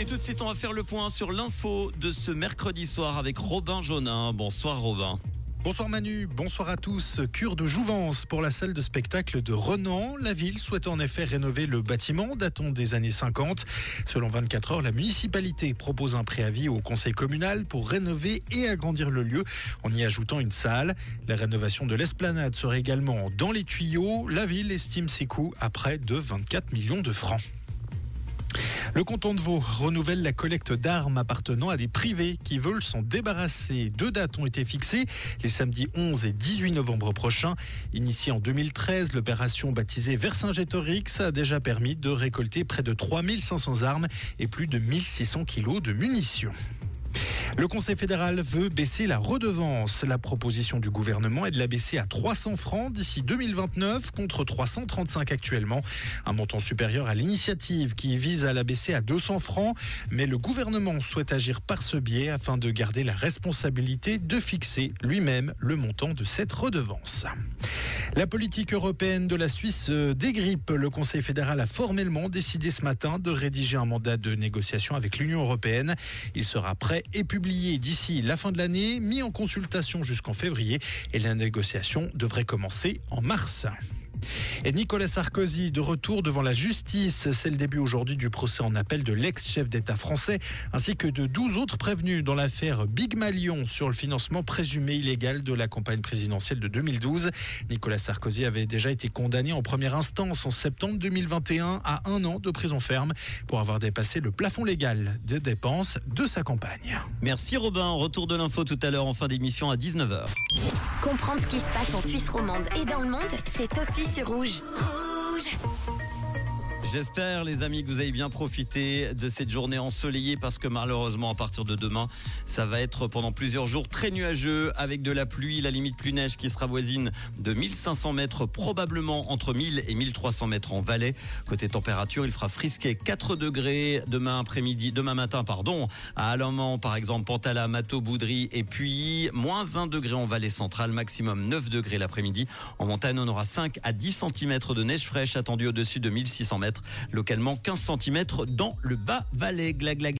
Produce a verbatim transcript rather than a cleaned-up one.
Et tout de suite, on va faire le point sur l'info de ce mercredi soir avec Robin Jaunin. Bonsoir Robin. Bonsoir Manu, bonsoir à tous. Cure de jouvence pour la salle de spectacle de Renan. La ville souhaite en effet rénover le bâtiment datant des années cinquante. Selon vingt-quatre heures, la municipalité propose un préavis au conseil communal pour rénover et agrandir le lieu en y ajoutant une salle. La rénovation de l'esplanade serait également dans les tuyaux. La ville estime ses coûts à près de vingt-quatre millions de francs. Le canton de Vaud renouvelle la collecte d'armes appartenant à des privés qui veulent s'en débarrasser. Deux dates ont été fixées, les samedis onze et dix-huit novembre prochains. Initiée en deux mille treize, l'opération baptisée Vercingétorix a déjà permis de récolter près de trois mille cinq cents armes et plus de mille six cents kilos de munitions. Le Conseil fédéral veut baisser la redevance. La proposition du gouvernement est de la baisser à trois cents francs d'ici deux mille vingt-neuf contre trois cent trente-cinq actuellement. Un montant supérieur à l'initiative qui vise à la baisser à deux cents francs. Mais le gouvernement souhaite agir par ce biais afin de garder la responsabilité de fixer lui-même le montant de cette redevance. La politique européenne de la Suisse dégrippe. Le Conseil fédéral a formellement décidé ce matin de rédiger un mandat de négociation avec l'Union européenne. Il sera prêt et publié d'ici la fin de l'année, mis en consultation jusqu'en février et la négociation devrait commencer en mars. Et Nicolas Sarkozy de retour devant la justice. C'est le début aujourd'hui du procès en appel de l'ex-chef d'État français ainsi que de douze autres prévenus dans l'affaire Big Malion sur le financement présumé illégal de la campagne présidentielle de deux mille douze. Nicolas Sarkozy avait déjà été condamné en première instance en septembre deux mille vingt et un à un an de prison ferme pour avoir dépassé le plafond légal des dépenses de sa campagne. Merci Robin. Retour de l'info tout à l'heure en fin d'émission à dix-neuf heures. Comprendre ce qui se passe en Suisse romande et dans le monde, c'est aussi sur Rouge. Rouge. J'espère les amis que vous avez bien profité de cette journée ensoleillée parce que malheureusement à partir de demain ça va être pendant plusieurs jours très nuageux avec de la pluie, la limite pluie-neige qui sera voisine de mille cinq cents mètres, probablement entre mille et mille trois cents mètres en Valais. Côté température, il fera frisquer quatre degrés demain après-midi, demain matin pardon, à Alamand par exemple, Pantala, Mato, Boudry et puis moins un degré en Valais centrale, maximum neuf degrés l'après-midi. En montagne, on aura cinq à dix centimètres de neige fraîche attendue au-dessus de mille six cents mètres. Localement quinze centimètres dans le bas Valais. Glag, glag.